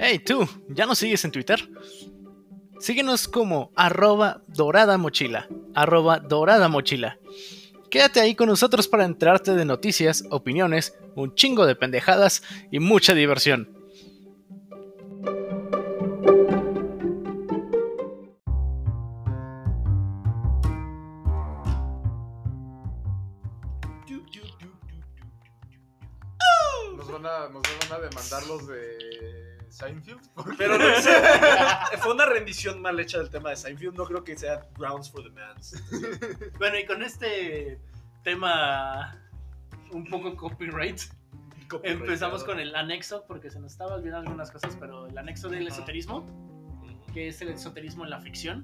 Hey tú, ¿ya nos sigues en Twitter? Síguenos como @doradamochila, @doradamochila. Quédate ahí con nosotros para enterarte de noticias, opiniones, un chingo de pendejadas y mucha diversión. Nos van a demandar los de Seinfeld. Pero no, fue una rendición mal hecha del tema de Seinfeld. No creo que sea Grounds for the Mans. Bueno, y con este tema un poco copyright, empezamos con el anexo, porque se nos estaba olvidando algunas cosas, pero el anexo del esoterismo, que es el esoterismo en la ficción.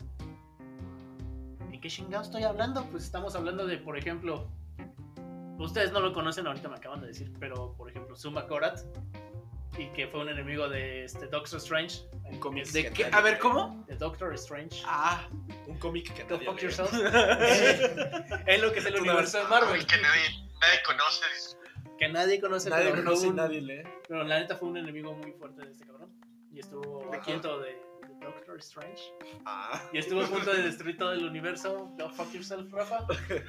¿Y qué chingado estoy hablando? Pues estamos hablando de, por ejemplo, ustedes no lo conocen, ahorita me acaban de decir, pero por ejemplo, Suma Gorath, y que fue un enemigo de Doctor Strange. Un cómic. ¿De qué? A ver, ¿cómo? De Doctor Strange. Ah, un cómic que Go nadie fuck lee. yourself. Es lo que es el universo de Marvel. Que nadie conoce. Que nadie conoce. Nadie pero conoce y fue un- nadie lee. Pero la neta fue un enemigo muy fuerte de este cabrón. Y estuvo a punto de Doctor Strange. Ah. Y estuvo a punto de destruir todo el universo. Go fuck yourself, Rafa.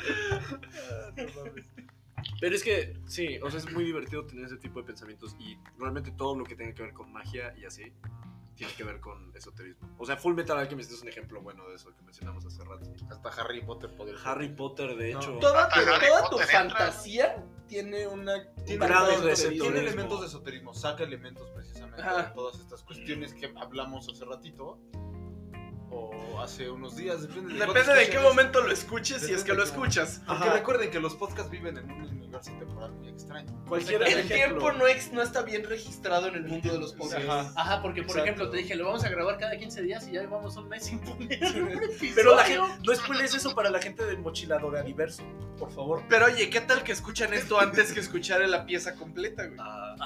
Pero es que, sí, o sea, es muy divertido tener ese tipo de pensamientos y realmente todo lo que tenga que ver con magia y así tiene que ver con esoterismo. O sea, Full Metal Alchemist es un ejemplo bueno de eso que mencionamos hace rato. Hasta Harry Potter podría ser. Harry Potter, de hecho, toda Harry tu Potter entra. fantasía tiene una... Tiene grado de tiene esoterismo. elementos de esoterismo, saca elementos precisamente Ajá. de todas estas cuestiones que hablamos hace ratito o hace unos días, depende Depende cuántas de qué cuestiones. momento lo escuches, si es Depende que lo de cómo- escuchas. Porque Ajá. recuerden que los podcasts viven en un universo temporal muy extraño. cualquier El ejemplo. tiempo no está bien registrado en el mundo de los podcasts. Ajá. Ajá, porque por Exacto. ejemplo te dije, lo vamos a grabar cada 15 días y ya llevamos un mes sin poner un episodio. Pero la gente, no spoiles eso para la gente del mochilador Aniverso, por favor. Pero oye, ¿qué tal que escuchan esto antes que escuchar la pieza completa, güey?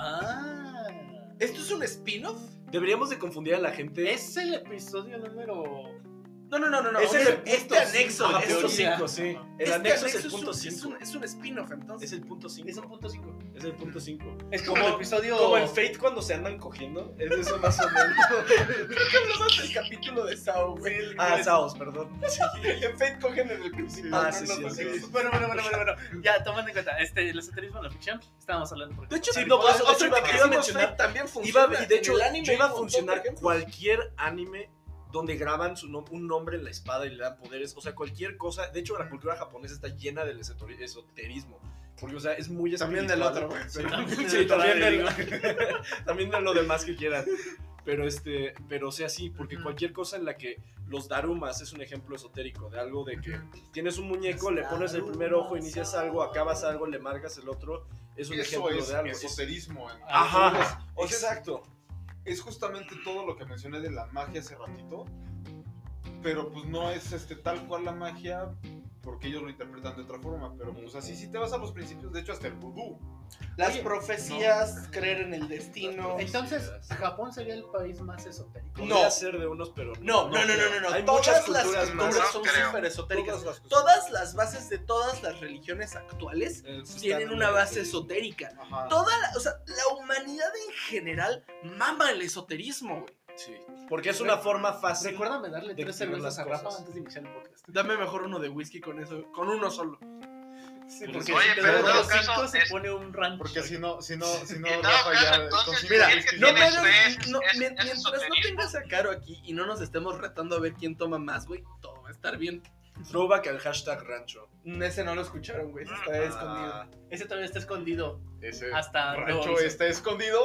Ah. ¿Esto es un spin-off? Deberíamos de confundir a la gente. Es el episodio número... No. Es el este punto anexo. cinco, este punto teoría. 5, sí. El este anexo es el anexo punto es 5. un spin-off, entonces. Es el punto 5. Es un punto 5. Es el punto 5. Es como el episodio... Como el Fate cuando se andan cogiendo. Es eso más o menos. Hablamos del capítulo de Sao, güey. Ah, Saos, perdón. En Fate cogen en el principal. Ah, no sí, en sí, los sí. anexos. Bueno. Ya, tomando en cuenta, el esoterismo en la ficción, estábamos hablando por De hecho, Sí, no, o sea, por eso iba a Hicimos mencionar- Fate también funciona. Y de hecho, En el anime iba a hay un montón de funcionar ejemplos. cualquier anime donde graban un nombre en la espada y le dan poderes. O sea, cualquier cosa. De hecho, la cultura japonesa está llena del esoterismo. Porque, o sea, es muy También espiritual. del otro, güey. Sí, también también de lo demás que quieran. Pero o sea, sí, porque cualquier cosa en la que los darumas es un ejemplo esotérico de algo de que tienes un muñeco, le pones el primer ojo, inicias algo, acabas algo, le marcas el otro, es un Eso ejemplo es de algo. esoterismo. Ajá, O sea, exacto. es justamente todo lo que mencioné de la magia hace ratito, pero pues no es tal cual la magia, porque ellos lo interpretan de otra forma, pero pues así si te vas a los principios, de hecho hasta el vudú. Las Oye, profecías, creer en el destino. Entonces, ¿Japón sería el país más esotérico? No. Podría ser de unos, pero No. Hay Todas muchas las culturas más. culturas son Creo. súper esotéricas. Todas las cosas. Todas las bases de todas las religiones actuales tienen una base esotérica. Ajá. O sea, la humanidad en general mama el esoterismo, güey. Sí, porque es una forma fácil. Recuérdame darle de 3 ver cervezas las a Rafa cosas. antes de iniciar el podcast. Dame mejor uno de whisky con eso, con uno solo. Sí, Oye, porque pero si te en doy todo los caso, 5 se es- pone un rancho. Porque si no, En todo Rafa caso, ya... entonces, con Mira, si es que no me tienes hagas, fe, no, es mientras no esoterismo. tengas a Caro aquí y no nos estemos retando a ver quién toma más, güey, todo va a estar bien. Throwback al hashtag rancho. Ese no lo escucharon, güey, ese está escondido. Ese todavía está escondido. Ese Hasta rancho nuevo aviso. está escondido.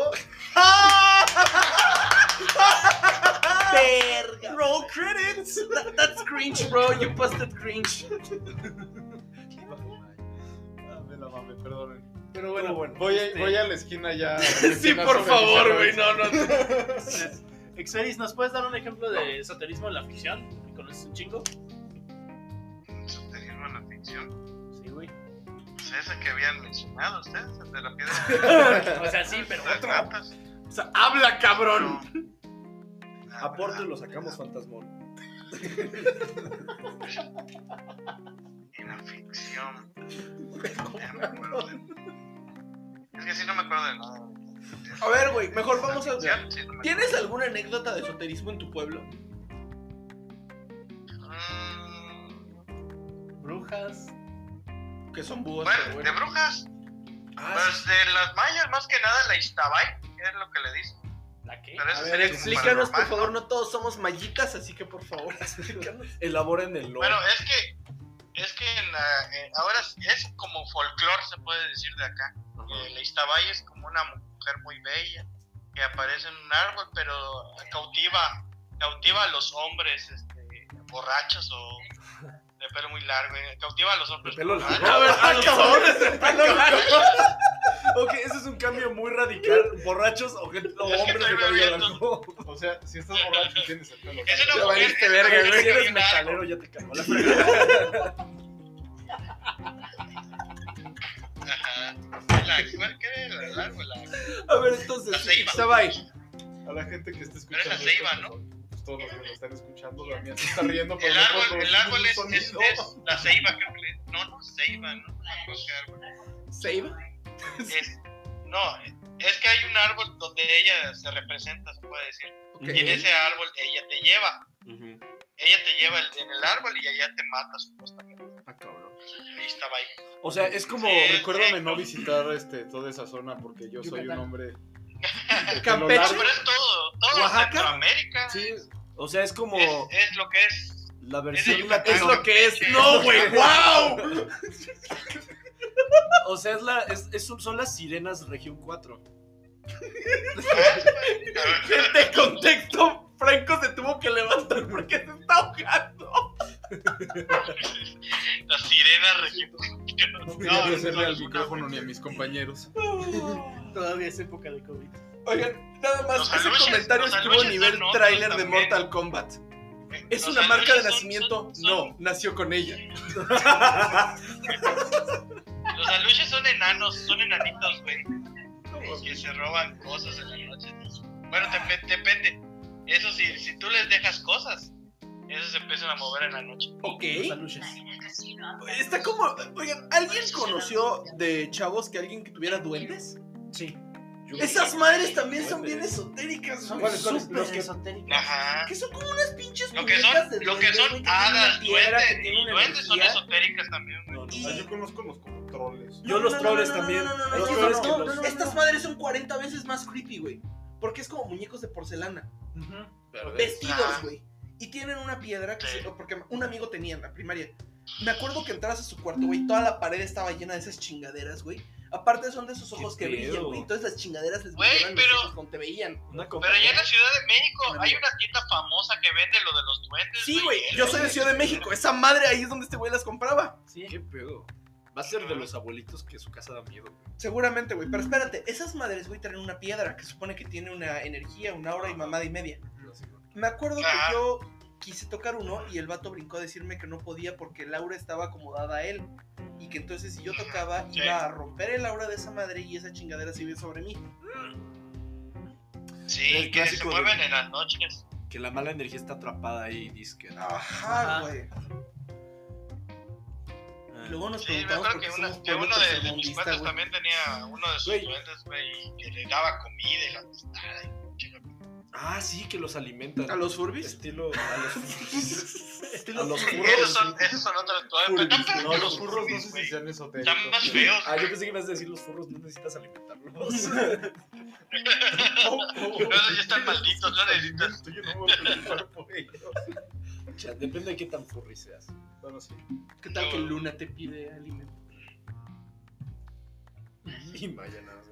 ¡Verga! Roll credits! That's cringe, bro, you busted cringe. Me la mame, perdonen. Pero bueno, Voy a la esquina ya. Sí, por favor, güey, no. entonces, Experis, ¿nos puedes dar un ejemplo de esoterismo en la ficción? ¿Me conoces un chingo? Esoterismo en la ficción. Sí, güey. Pues ese que habían mencionado ustedes, el de la piedra. O sea, sí, pero de otro. ratas. O sea, habla, cabrón. Aporte lo sacamos fantasmón. En la ficción. Ya me acuerdo de- Es que sí no me acuerdo de nada. A ver, güey, mejor vamos a... Sí, no me ¿Tienes alguna anécdota de esoterismo en tu pueblo? Brujas. Que son búhos, Bueno, pero de bueno. brujas, Ah, pues de las mayas, más que nada la Ixtabay, que es lo que le dicen. ¿La qué? Pero a eso ver, sería como explícanos, por paranormal, favor, ¿no? no todos somos mallitas, así que por favor, explícanos. Elaboren el lore. Bueno, es que ahora es como folclore, se puede decir de acá. La Ixtabay es como una mujer muy bella que aparece en un árbol, pero cautiva a los hombres borrachos o de pelo muy largo. Cautiva a los hombres De pelo borrachos. largo. A ver, Ah, los cabrón, hombres de pelo largo. Ok, ese es un cambio muy radical. ¿Borrachos o Es que hombres de estoy cabello bebiendo. largo? O sea, si estás borracho y tienes el pelo Es una Ya mujer valiste que verga, que güey. Si tiene eres un metalero, árbol. ya te cagó la fregada. Ajá. ¿Qué es el árbol? A ver, entonces, La ceiba. Ixtabay. A la gente que está Pero es escuchando. la ceiba, esto, ¿no? Pues todos los que lo están escuchando, Damián se está riendo. pero El no puedo árbol producir es un sonido. la ceiba, creo que no, ceiba, ¿no? ¿Qué árbol? ¿Seiba? No, es que hay un árbol donde ella se representa, se puede decir. Ok. Y en ese árbol ella te lleva. Ella te lleva en el árbol y allá te mata supuestamente. Ah, cabrón. Ahí estaba ahí. O sea, es como. Sí. Recuérdame no visitar toda esa zona porque yo soy un Yucatán. hombre. Campeche. No, pero es todo ¿Oaxaca? Centroamérica. Sí, o sea, es como Es lo que es. la Es de versión Yucatán. Es lo que es. ¡No, güey! ¡Wow! O sea, son las sirenas región 4. De contexto, Franco se tuvo que levantar porque se está ahogando. La sirena región. No quería hacerle al micrófono ni a mis compañeros. Todavía es época de COVID. Oigan, nada más, Los ese aluches- comentario los estuvo aluches nivel son otros tráiler de también. Mortal Kombat. ¿Es Los una marca de aluches son- nacimiento? son- No, nació con ella. Los aluches son enanos, son enanitos, güey. Que se roban cosas en la noche. Bueno, depende. Eso si tú les dejas cosas, esos se empiezan a mover en la noche. Ok. Los aluches. Está como. Oigan, ¿alguien conoció de chavos que alguien que tuviera duendes? Sí. Esas madres también son bien esotéricas, Son güey. súper los que- esotéricas. Ajá. Que son como unas pinches Lo que muñecas de son, lo que duendes, son güey, que tienen una hadas, piedra, que duendes, tienen y una duendes son energía. esotéricas también, güey. Ah, yo conozco los como troles. Yo los troles también. No, Los es que troles no, que no, los- no, Estas madres son 40 veces más creepy, güey. Porque es como muñecos de porcelana. Vestidos, Ah. güey. Y tienen una piedra que Sí. porque un amigo tenía en la primaria. Me acuerdo que entras a su cuarto, güey, toda la pared estaba llena de esas chingaderas, güey. Aparte son de esos ojos ¿Qué que brillan, pedo? güey. Entonces las chingaderas les Güey, brillaban los pero- ojos cuando te veían. Una Pero allá en la Ciudad de México Una hay mierda. una tienda famosa que vende lo de los duendes. Sí, güey, yo soy de Ciudad de México. Esa madre ahí es donde este güey las compraba. Sí. ¿Qué pedo? Va a ser de los abuelitos que su casa da miedo, güey. Seguramente, güey. Pero espérate, esas madres, güey, traen una piedra que supone que tiene una energía, una aura y mamada y media. Me acuerdo que Ajá. yo quise tocar uno y el vato brincó a decirme que no podía porque el aura estaba acomodada a él. Y que entonces si yo tocaba Sí. iba a romper el aura de esa madre y esa chingadera se iba sobre mí. Sí, El que se clásico de- mueven en las noches. Que la mala energía está atrapada ahí, disque. Ajá, Ajá. güey. Y luego nos Sí, me preguntamos acuerdo por qué que, somos que pueblo uno de mis tercermundista, cuates güey. también tenía uno de sus Güey. duendes, güey, que le daba comida y la tostada y chinga. Ah, sí, que los alimentan. ¿A los Furbis? Estilo. A los. Estilo a los Furby. furros. Esos son otros todavía. Pero están No, feos los furros no Furbis, sé si güey. sean esotéricos. Están más feos. Ah, yo pensé que ibas a decir los furros, no necesitas alimentarlos. Esos ya están malditos, no necesitas. Yo no me voy a preocupar por ellos. Ya, depende de qué tan furry seas. Bueno, sí. ¿Qué tal que Luna te pide alimento? Y vaya nada.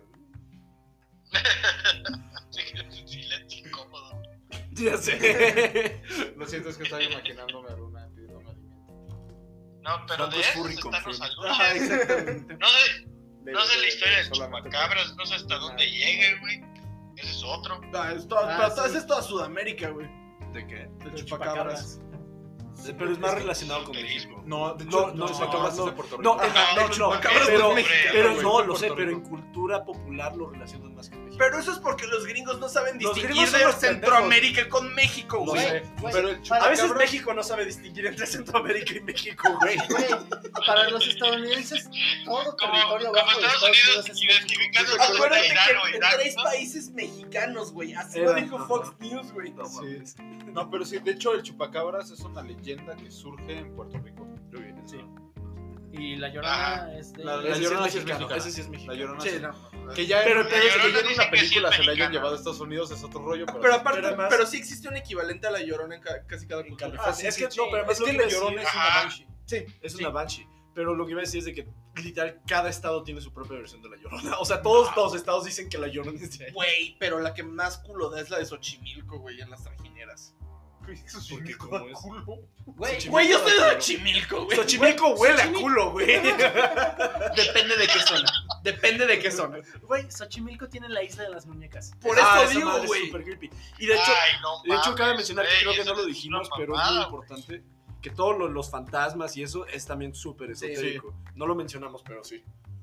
Silencio incómodo. Ya sé. Lo siento, es que estaba imaginándome a Luna pidiéndome alimento. No, pero Franco de es esos furry están los confirmed. Ajá, aluches. exactamente. No sé la historia del Solamente chupacabras, no sé hasta dónde llegue, güey. Ese es otro. Ah, es toda, Ah, pero sí. esa es toda Sudamérica, güey. ¿De qué? El Los chupacabras. Pero es más relacionado con México. México. No, de No, hecho, no, no, Chupacabras no. es de Puerto Rico. No, Ajá, no, Chupacabras pero, es mexicano, pero güey, no, de lo sé, Puerto pero en Rico. cultura popular lo relacionan más con México. Pero eso es porque los gringos no saben Los distinguir gringos son de los Centroamérica con México, Lo güey. sé. Pero el A veces Chupacabras- México no sabe distinguir entre Centroamérica y México, güey. Güey, para los estadounidenses, todo territorio Como abajo de Estados Unidos es México. identificando Acuérdate Irán o que en Irak, 3 ¿no? países mexicanos, güey. Así Era, lo dijo ajá. Fox News, güey. No, mames. No, pero sí, de hecho, el Chupacabras es una leyenda que surge en Puerto Rico. Sí. Y la Llorona Ajá. es de... La Ese sí Llorona es sí es mexicano, mexicana. ese sí es mexicano. La Llorona Sí, sí. no. Que ya, Pero que el pedo es que ya en dicen una que sí película es se la hayan mexicana. llevado a Estados Unidos es otro rollo. Pero aparte, Pero además- pero sí existe un equivalente a la Llorona en casi cada En cultura. California. Es que sí, no, pero además es lo que que la iba a decir- Llorona es una Ajá. banshee. Sí. Es una Banshee. Pero lo que iba a decir es de que literal cada estado tiene su propia versión de la Llorona. O sea, todos los estados dicen que la Llorona es de ahí. Güey, pero la que más culo da es la de Xochimilco, güey, en las trajineras. Porque como es- Güey, Güey, yo soy de Claro. Xochimilco, güey. Xochimilco huele a culo, güey. Depende de qué zona. Depende de qué zona. güey, Xochimilco tiene la isla de las muñecas. Por Ah, eso esa digo, madre es güey. súper creepy. Y de hecho, Ay, no cabe mames, mencionar que güey, creo que eso no lo es dijimos, una pero es mamada, muy güey. importante que todos los fantasmas y eso es también súper Sí, esotérico. No lo mencionamos, pero sí.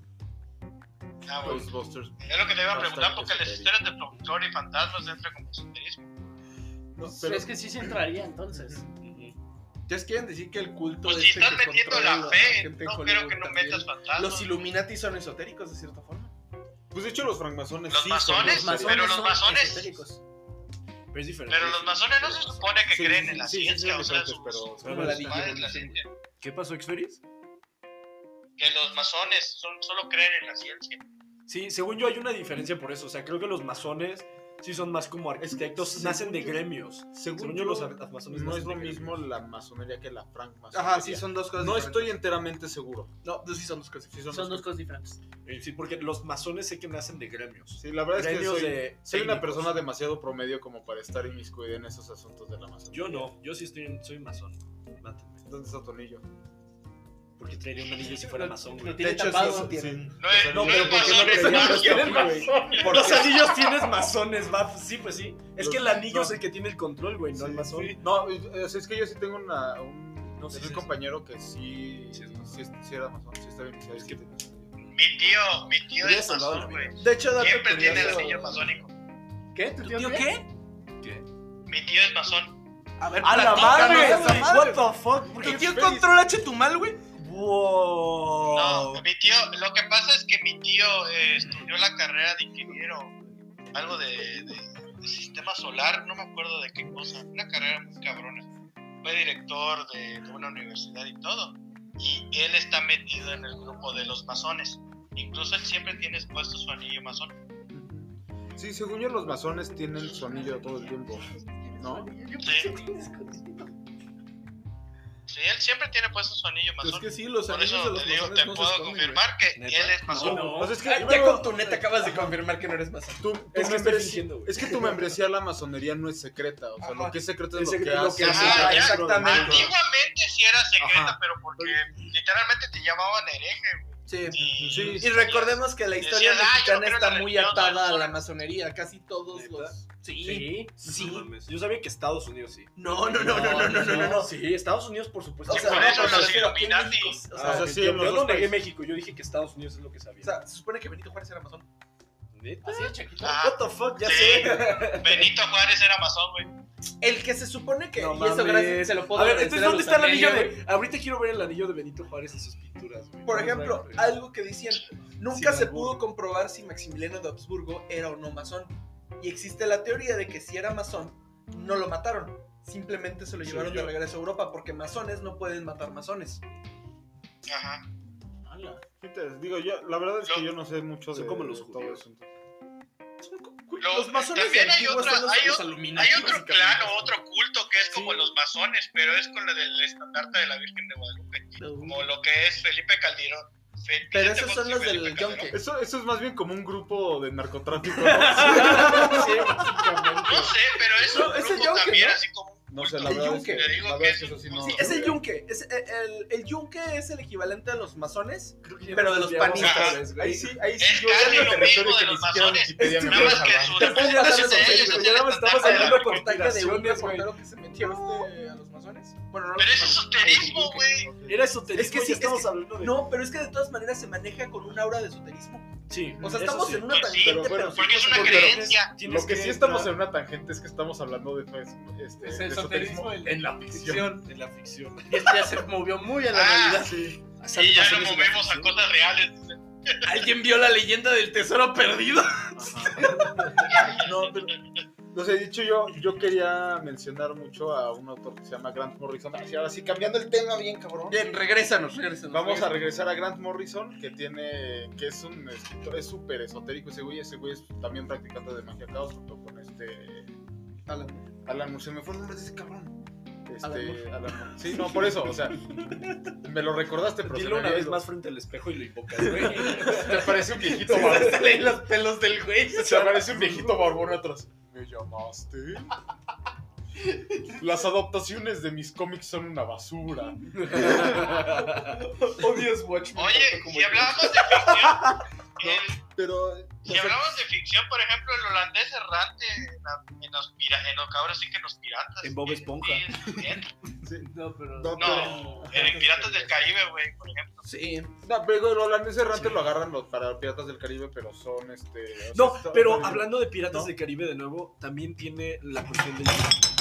Ah, güey. Ghostbusters. Es lo que te iba a preguntar Bastante porque las esotérico. historias de folclore y fantasmas entran como esoterismo. No, Pero es que sí se entraría entonces. ¿Ustedes quieren decir que el culto Pues de si este estás que metiendo controla la a fe, gente en no Hollywood creo que no también? metas fantasmas. Los Illuminati son esotéricos de cierta forma. Pues de hecho los francmasones Los sí masones, son pero los son masones- esotéricos. Pero es diferente. Pero los masones no se supone que Sí, creen sí, en la sí, sí, ciencia, son o sea, diferentes, pero- su Como la madre es la Digimon. ciencia. ¿Qué pasó, Xferis? Que los masones solo creen en la ciencia. Sí, según yo hay una diferencia por eso. O sea, creo que los masones sí son más como arquitectos, según nacen de yo- gremios. Según yo, yo, los masones no nacen es lo de gremios. mismo la masonería que la francmasonería. Ajá, sí, son dos cosas No diferentes. estoy enteramente seguro. No, sí son dos cosas. Sí, Son dos cosas diferentes. Sí, porque los masones sé que nacen de gremios. Sí, la verdad es que Gremios soy, de soy una técnicos. persona demasiado promedio como para estar inmiscuida en esos asuntos de la masonería. Yo no, yo sí soy masón. Mátenme. ¿Dónde está tu anillo? Porque traería un anillo si fuera masón, güey. Lo tiene De hecho, tapado. sí, ¿no? tienen. No es, No, no pero es ¿por qué no masón, es creíamos magia. esto, güey? Por los anillos tienes masones, va. Sí, pues sí. Es que el anillo no. es el que tiene el control, güey, no el masón. Sí. No, es que yo sí tengo un No, sí, tenía sí, un compañero que sí, Sí, sí era masón, sí está bien. Es que- Mi tío Hubiera es salvado masón, la vida. güey. De hecho, dato Siempre tiene el curioso. anillo masónico. ¿Qué? ¿Tu tío qué? ¿Qué? Mi tío es masón. A ver, ¡A la platícanos madre! esa madre. What the fuck? ¿Por ¿Tu qué tío Xferis? controla Chetumal, güey? Wow. No, mi tío, lo que pasa es que mi tío estudió la carrera de ingeniero, algo de sistema solar, no me acuerdo de qué cosa, una carrera muy cabrona. Fue director de una universidad y todo. Y él está metido en el grupo de los masones. Incluso él siempre tiene puesto su anillo masón. Sí, según yo los masones tienen su anillo todo el tiempo, ¿no? Sí. Sí, él siempre tiene puesto su anillo masón. Es que sí, los Por anillos de eso los te digo, masones te no se puedo esconden, confirmar que ¿Neta? él es masón. No. O sea, es que, güey. Ya con tu neta acabas de confirmar que no eres masón. tu Es que estoy membresía, fingiendo, güey. es que tu membresía a la masonería no es secreta, o sea, Ajá. lo que es secreto Es es lo que secreto, lo hace. que hace. hace. Ah, ya, exactamente. Antiguamente sí era secreta, Ajá. pero porque literalmente te llamaban hereje. güey. Sí. Y, Sí. Y recordemos que la historia Decías, "Ah, yo no mexicana creo en está la muy religión, atada no, a no". la masonería. Casi todos ¿Neta? los. Sí. Sí. Sí. No mames. Yo sabía que Estados Unidos sí. No, no, no, no, no, no, no, no. Sí, Estados Unidos por supuesto. O Sí, sea, por no, eso pero me los refiero aquí en Illuminati. México. O Ah, sea, o sea, sí, yo en los no dos negué países. México, yo dije que Estados Unidos es lo que sabía. se supone que Benito Juárez era masón. ¿Neta? Así es, chiquito. Ah, What the fuck, ya sí. sé. Benito Juárez era masón, güey. El que se supone que. No y eso mames. gracias se lo puedo A ver, agradecer entonces, ¿dónde los está el anillo Amelia, de...? Ahorita quiero ver el anillo de Benito Juárez en sus pinturas, güey. Por Vamos a ejemplo, ver. algo que decían, nunca Sí, se albur. pudo comprobar si Maximiliano de Habsburgo era o no masón. Y existe la teoría de que si era masón, no lo mataron. Simplemente se lo Sí, llevaron yo- de regreso a Europa porque masones no pueden matar masones. Ajá. Hala. Digo, yo, la verdad es que Lo- yo no sé mucho son de como los todo judíos. eso. Los masones también de hay antiguos otra- son los hay de los o- Illuminati, Hay otro básicamente. clan o otro culto que es como Sí. los masones, pero es con la del estandarte de la Virgen de Guadalupe. Como lo que es Felipe Calderón. Pero Vicente esos son Fox y los Felipe del Calderón. Yonke. Eso es más bien como un grupo de narcotráfico, ¿no? Sí, básicamente. No sé, pero es No, un es el grupo Yonke, también ¿no? así como un No sé, El la verdad es yunque. que, Te digo la que verdad es que eso sí no. Sí, es el yunque. El yunque es el equivalente a los masones. Creo que ya Pero nos de los desviamos panistas. otra vez, güey. Ahí sí Es yo ya casi no lo territorio mismo que de ni los siquiera masones, Wikipedia me nada puede más que salvar. su Después ya representación no de sé, ellos güey, es ya el no estamos estandarte de hablando la con religión. reportaje de un conspiraciones, güey. reportero que se metió a los masones. Bueno, no Pero los es masones, esoterismo, al yunque. güey. Era esoterismo, Es que sí, ya estamos es que- hablando de... No, pero es que de todas maneras se maneja con un aura de esoterismo. Sí, O sea, eso estamos sí. en una Pues sí, tangente, pero pero bueno, Porque es una Porque creencia. Tienes Lo que sí entrar estamos en una tangente es que estamos hablando de pues, Es de esoterismo en la ficción. en la ficción. Y esto ya se movió muy a la Ah, realidad. Sí. Salen Y ya masones nos en la movemos a ficción. cosas reales. ¿alguien vio la leyenda del tesoro perdido? No, pero, no sé, dicho yo quería mencionar mucho a un autor que se llama Grant Morrison. Así, ahora sí, cambiando el tema bien, cabrón. Bien, regrésanos. Vamos a regresar a Grant Morrison, que es un escritor, es súper esotérico ese güey es también practicante de magia caos junto con Alan Moore. Se me fue el nombre de ese cabrón. Alan Moore. Sí, no, por eso, o sea, me lo recordaste, pero se Dilo me una había vez ido. más frente al espejo y lo invocas, güey. Te parece un viejito barbón. Salen los pelos del güey. Se parece un viejito barbón atrás. ¿Me llamaste? Las adaptaciones de mis cómics son una basura. Odias Watchmen. Oye, tanto como si yo. hablamos de ficción, Pero si hablamos de ficción, por ejemplo, el holandés errante ahora sí que en los piratas. En Bob Esponja. Sí, bien. sí, No, pero. No, en Piratas del Caribe, güey, por ejemplo. Sí. no, pero el holandés errante lo agarran para Piratas del Caribe, pero son o sea, No, está- pero está- hablando de Piratas ¿no? del Caribe de nuevo, también tiene la cuestión del...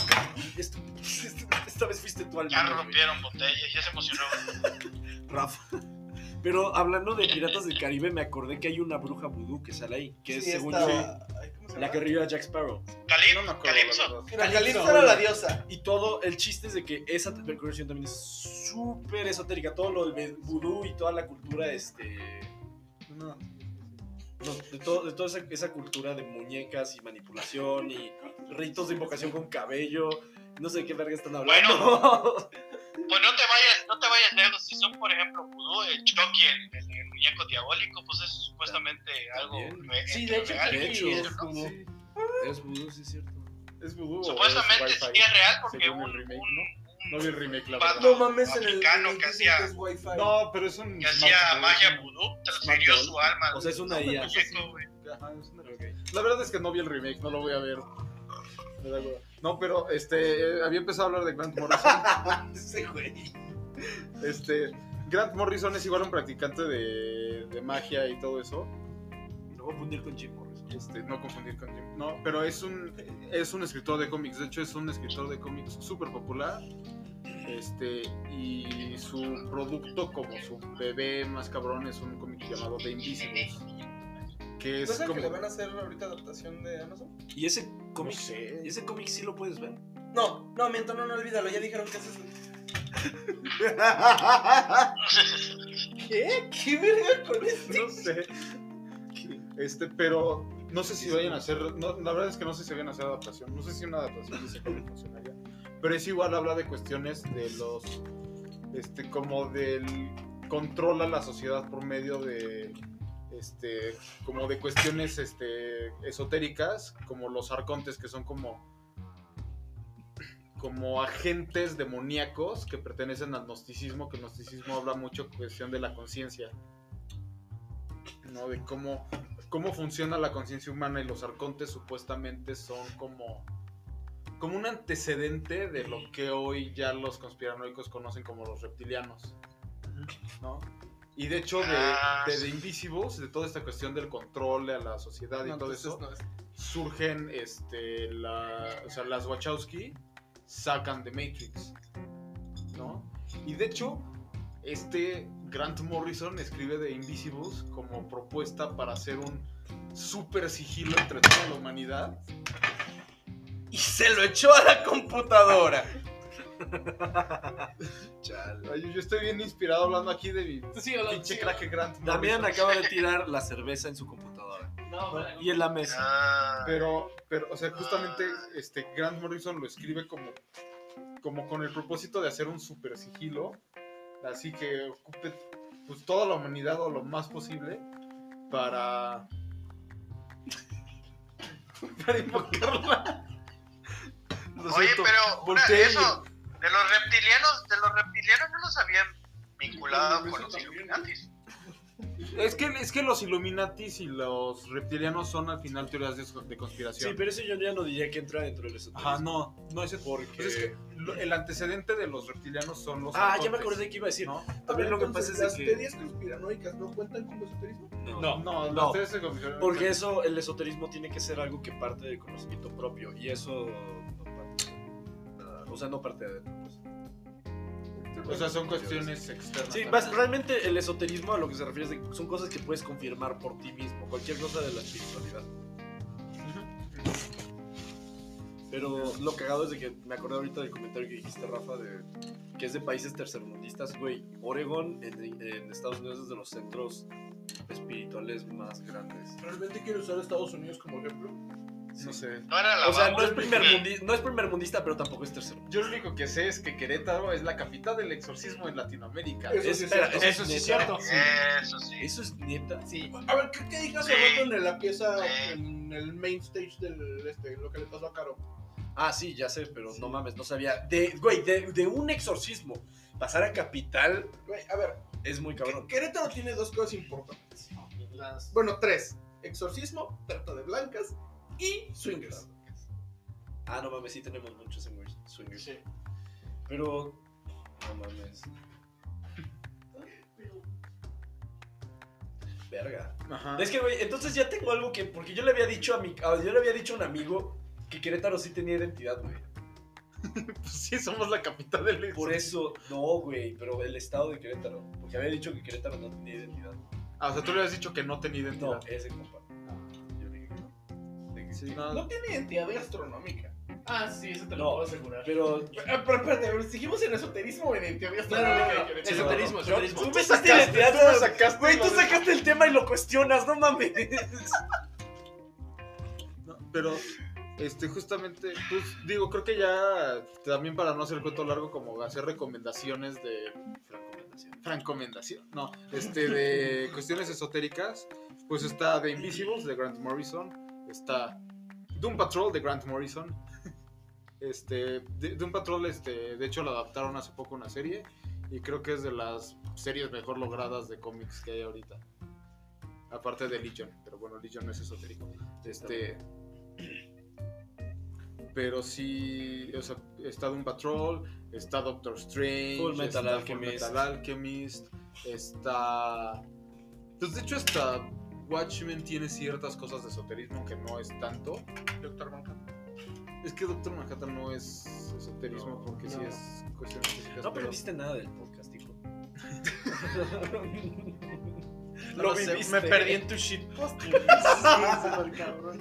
Esta vez fuiste tú al Ya menos, güey. rompieron botellas, ya se emocionó. Rafa. Pero hablando de Piratas del Caribe, me acordé que hay una bruja vudú que sale ahí, que es, Sí, según esta- yo, ay, ¿cómo se la llama? que revive a Jack Sparrow. No me acuerdo, Calypso. la verdad. La Calipso era la diosa. Y todo, el chiste es de que esa versión también es súper esotérica. Todo lo del vudú y toda la cultura, No. de toda esa cultura de muñecas y manipulación y ritos de invocación con cabello. No sé de qué verga están hablando. Pues no te vayas lejos. Si son, por ejemplo, Voodoo, el Chucky, el muñeco diabólico, pues es supuestamente algo También. Sí, de hecho, real. de Chucky hecho, es como... Sí, Es vudú, sí es cierto. es vudú. o Supuestamente es sí Wi-Fi, es real porque según un el remake, ¿no? No vi el remake, la vato verdad. No mames, en el africano en el que dicen hacía- es Wi-Fi. No, pero es un que hacía Smash magia Bros. Voodoo, transfirió Smackdown. su alma. O sea, es una al IA. muñeco, güey. Ajá, es una- La verdad es que no vi el remake, no lo voy a ver. Me da hueva. No, pero había empezado a hablar de Grant Morrison. Ese güey. Grant Morrison es igual un practicante de magia y todo eso. No voy a fundir con Jim Morrison. No confundir con Jim. No, pero es un escritor de cómics. De hecho, es un escritor de cómics súper popular. Y su producto, como su bebé más cabrón, es un cómic llamado The Invisibles. Que es ¿No sé como. que le van a hacer ahorita adaptación de Amazon? ¿Y ese cómic? No sé. ¿Y ese cómic sí lo puedes ver? No, miento, no, olvídalo. Ya dijeron que es eso. ¿Qué? ¿Qué verga con esto? No sé. Pero no sé si vayan a hacer. No, la verdad es que no sé si vayan a hacer adaptación. No sé si una adaptación de ese cómic funcionaría. Pero es igual, habla de cuestiones de los. Como del control a la sociedad por medio de. Como de cuestiones esotéricas, como los arcontes, que son como agentes demoníacos que pertenecen al gnosticismo, que el gnosticismo habla mucho cuestión de la conciencia, ¿no? De cómo funciona la conciencia humana, y los arcontes supuestamente son como un antecedente de lo que hoy ya los conspiranoicos conocen como los reptilianos, ¿no? Y de hecho de The Invisibles, de toda esta cuestión del control a la sociedad y No, todo entonces eso, no es. surgen las Wachowski sacan The Matrix, ¿no? Y de hecho Grant Morrison escribe The Invisibles como propuesta para hacer un super sigilo entre toda la humanidad. Y se lo echó a la computadora. Chale. Ay, yo estoy bien inspirado hablando aquí de mi Tú sigue hablando, pinche sigue crack Grant Morrison. Damián acaba de tirar la cerveza en su computadora. hablando. Y en la mesa. Pero, o sea, justamente Grant Morrison lo escribe como con el propósito de hacer un super sigilo, así que ocupe pues toda la humanidad o lo más posible para invocarla. Oye, siento. pero Volteé y- eso, de los reptilianos no los habían vinculado con los Illuminatis. Es que los Illuminatis y los reptilianos son al final teorías de conspiración. Sí, pero eso yo ya no diría que entra dentro del esoterismo. Ajá, no es Porque... pues es que el antecedente de los reptilianos son los ya me arcontes, acordé que iba a decir. ¿no? También lo que pasa es de ¿las que... teorías conspiranoicas no cuentan como esoterismo? No, No. ustedes se convirtieron en- Porque eso, el esoterismo tiene que ser algo que parte del conocimiento propio. Y eso no parte de nada. O sea, no parte de adentro. Pues. O sea, son cuestiones externas. Sí, también. realmente el esoterismo a lo que se refiere es de, son cosas que puedes confirmar por ti mismo. Cualquier cosa de la espiritualidad. Pero lo cagado es de que me acordé ahorita del comentario que dijiste, Rafa, de que es de países tercermundistas. Güey, Oregon en Estados Unidos es de los centros espirituales más grandes. ¿Realmente quiero usar a Estados Unidos como ejemplo? No sé. No era la O sea, Bamba, no es primermundista, pero tampoco es tercero. Yo lo único que sé es que Querétaro es la capital del exorcismo en Latinoamérica. Eso sí es Espera, cierto. Eso sí es cierto. Eso sí. ¿Eso es neta? Sí. A ver, ¿qué dije hace Sí. rato en la pieza, Sí. en el main stage del lo que le pasó a Caro? Ah, sí, ya sé, pero no mames, no sabía. De un exorcismo pasar a capital Güey, a ver, es muy cabrón. Querétaro tiene dos cosas importantes. Las- Bueno, tres. Exorcismo, trata de blancas y swingers. Ah, no mames, sí tenemos muchos swingers. Sí. Pero, no mames. Verga. Ajá. Es que, güey, entonces ya tengo algo que. Porque yo le había dicho yo le había dicho a un amigo que Querétaro sí tenía identidad, güey. Pues sí, somos la capital del Por eso, no, güey, pero el estado de Querétaro. Porque había dicho que Querétaro no tenía identidad. Ah, o sea, tú le habías dicho que no tenía No, identidad. ese compa. Yo le dije que no. De que Sí, sí. no. No tiene identidad gastronómica. Ah, sí, eso te lo No. puedo asegurar. Pero Pero espérate, ¿seguimos en esoterismo o en identidad No, gastronómica? no, no, de Querétaro? esoterismo, Tú esoterismo. me sacaste identidad, tú me sacaste güey, tú lo de- sacaste el tema y lo cuestionas, no mames. No, pero justamente, pues digo, creo que ya también para no hacer el cuento largo, como hacer recomendaciones de francomendación, no, de cuestiones esotéricas, pues está The Invisibles de Grant Morrison, está Doom Patrol de Grant Morrison. Doom Patrol, de hecho lo adaptaron hace poco a una serie y creo que es de las series mejor logradas de cómics que hay ahorita. Aparte de Legion, pero bueno, Legion no es esotérico. Pero sí, o sea, está Doom Patrol, está Doctor Strange, Full Metal está Alchemist. Full Metal Alchemist, está... Pues de hecho hasta Watchmen tiene ciertas cosas de esoterismo que no es tanto. Doctor Manhattan. Es que Doctor Manhattan no es esoterismo No, porque sí no. es cuestiones físicas. No pero- aprendiste nada del podcast, hijo. Lo viviste. sé, me perdí en tu shitposting. Sí, súper cabrón.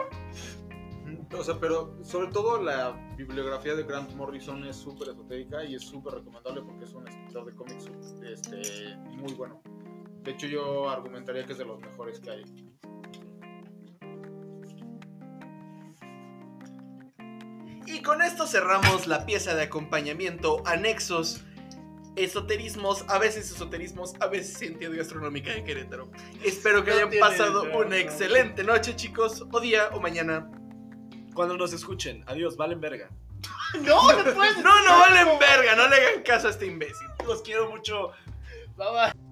O sea, pero sobre todo la bibliografía de Grant Morrison es súper esotérica y es súper recomendable porque es un escritor de cómics muy bueno. De hecho, yo argumentaría que es de los mejores que hay. Y con esto cerramos la pieza de acompañamiento, anexos, esoterismos, a veces identidad gastronómica de Querétaro. Espero que No hayan tiene pasado idea, una no. excelente noche, chicos, o día o mañana. Cuando nos escuchen, adiós, valen verga. No valen verga, no le hagan caso a este imbécil. Los quiero mucho. Bye bye.